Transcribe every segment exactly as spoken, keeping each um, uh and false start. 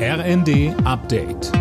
R N D Update.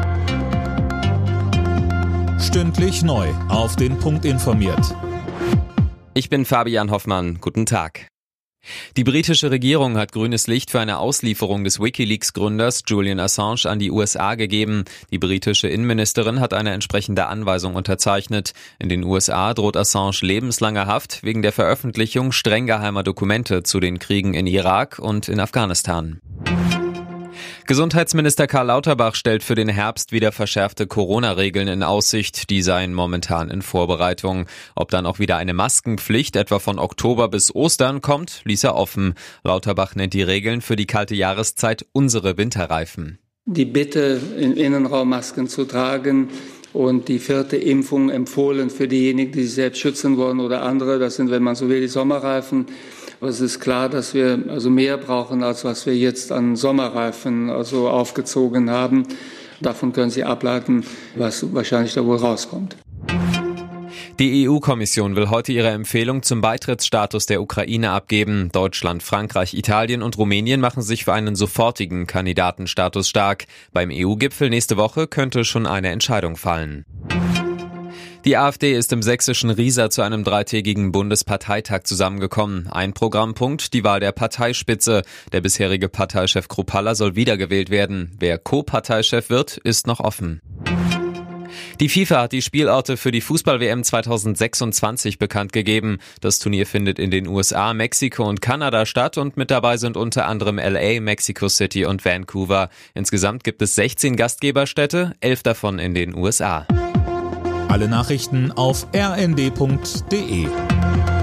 Stündlich neu auf den Punkt informiert. Ich bin Fabian Hoffmann. Guten Tag. Die britische Regierung hat grünes Licht für eine Auslieferung des WikiLeaks-Gründers Julian Assange an die U S A gegeben. Die britische Innenministerin hat eine entsprechende Anweisung unterzeichnet. In den U S A droht Assange lebenslange Haft wegen der Veröffentlichung streng geheimer Dokumente zu den Kriegen in Irak und in Afghanistan. Gesundheitsminister Karl Lauterbach stellt für den Herbst wieder verschärfte Corona-Regeln in Aussicht. Die seien momentan in Vorbereitung. Ob dann auch wieder eine Maskenpflicht etwa von Oktober bis Ostern kommt, ließ er offen. Lauterbach nennt die Regeln für die kalte Jahreszeit unsere Winterreifen. Die Bitte, im Innenraum Masken zu tragen und die vierte Impfung empfohlen für diejenigen, die sich selbst schützen wollen oder andere, das sind, wenn man so will, die Sommerreifen. Aber es ist klar, dass wir also mehr brauchen, als was wir jetzt an Sommerreifen also aufgezogen haben. Davon können Sie ableiten, was wahrscheinlich da wohl rauskommt. Die E U-Kommission will heute ihre Empfehlung zum Beitrittsstatus der Ukraine abgeben. Deutschland, Frankreich, Italien und Rumänien machen sich für einen sofortigen Kandidatenstatus stark. Beim E U-Gipfel nächste Woche könnte schon eine Entscheidung fallen. Die AfD ist im sächsischen Riesa zu einem dreitägigen Bundesparteitag zusammengekommen. Ein Programmpunkt, die Wahl der Parteispitze. Der bisherige Parteichef Kruppalla soll wiedergewählt werden. Wer Co-Parteichef wird, ist noch offen. Die FIFA hat die Spielorte für die Fußball-W M zweitausendsechsundzwanzig bekannt gegeben. Das Turnier findet in den U S A, Mexiko und Kanada statt und mit dabei sind unter anderem L A, Mexico City und Vancouver. Insgesamt gibt es sechzehn Gastgeberstädte, elf davon in den U S A. Alle Nachrichten auf r n d punkt d e.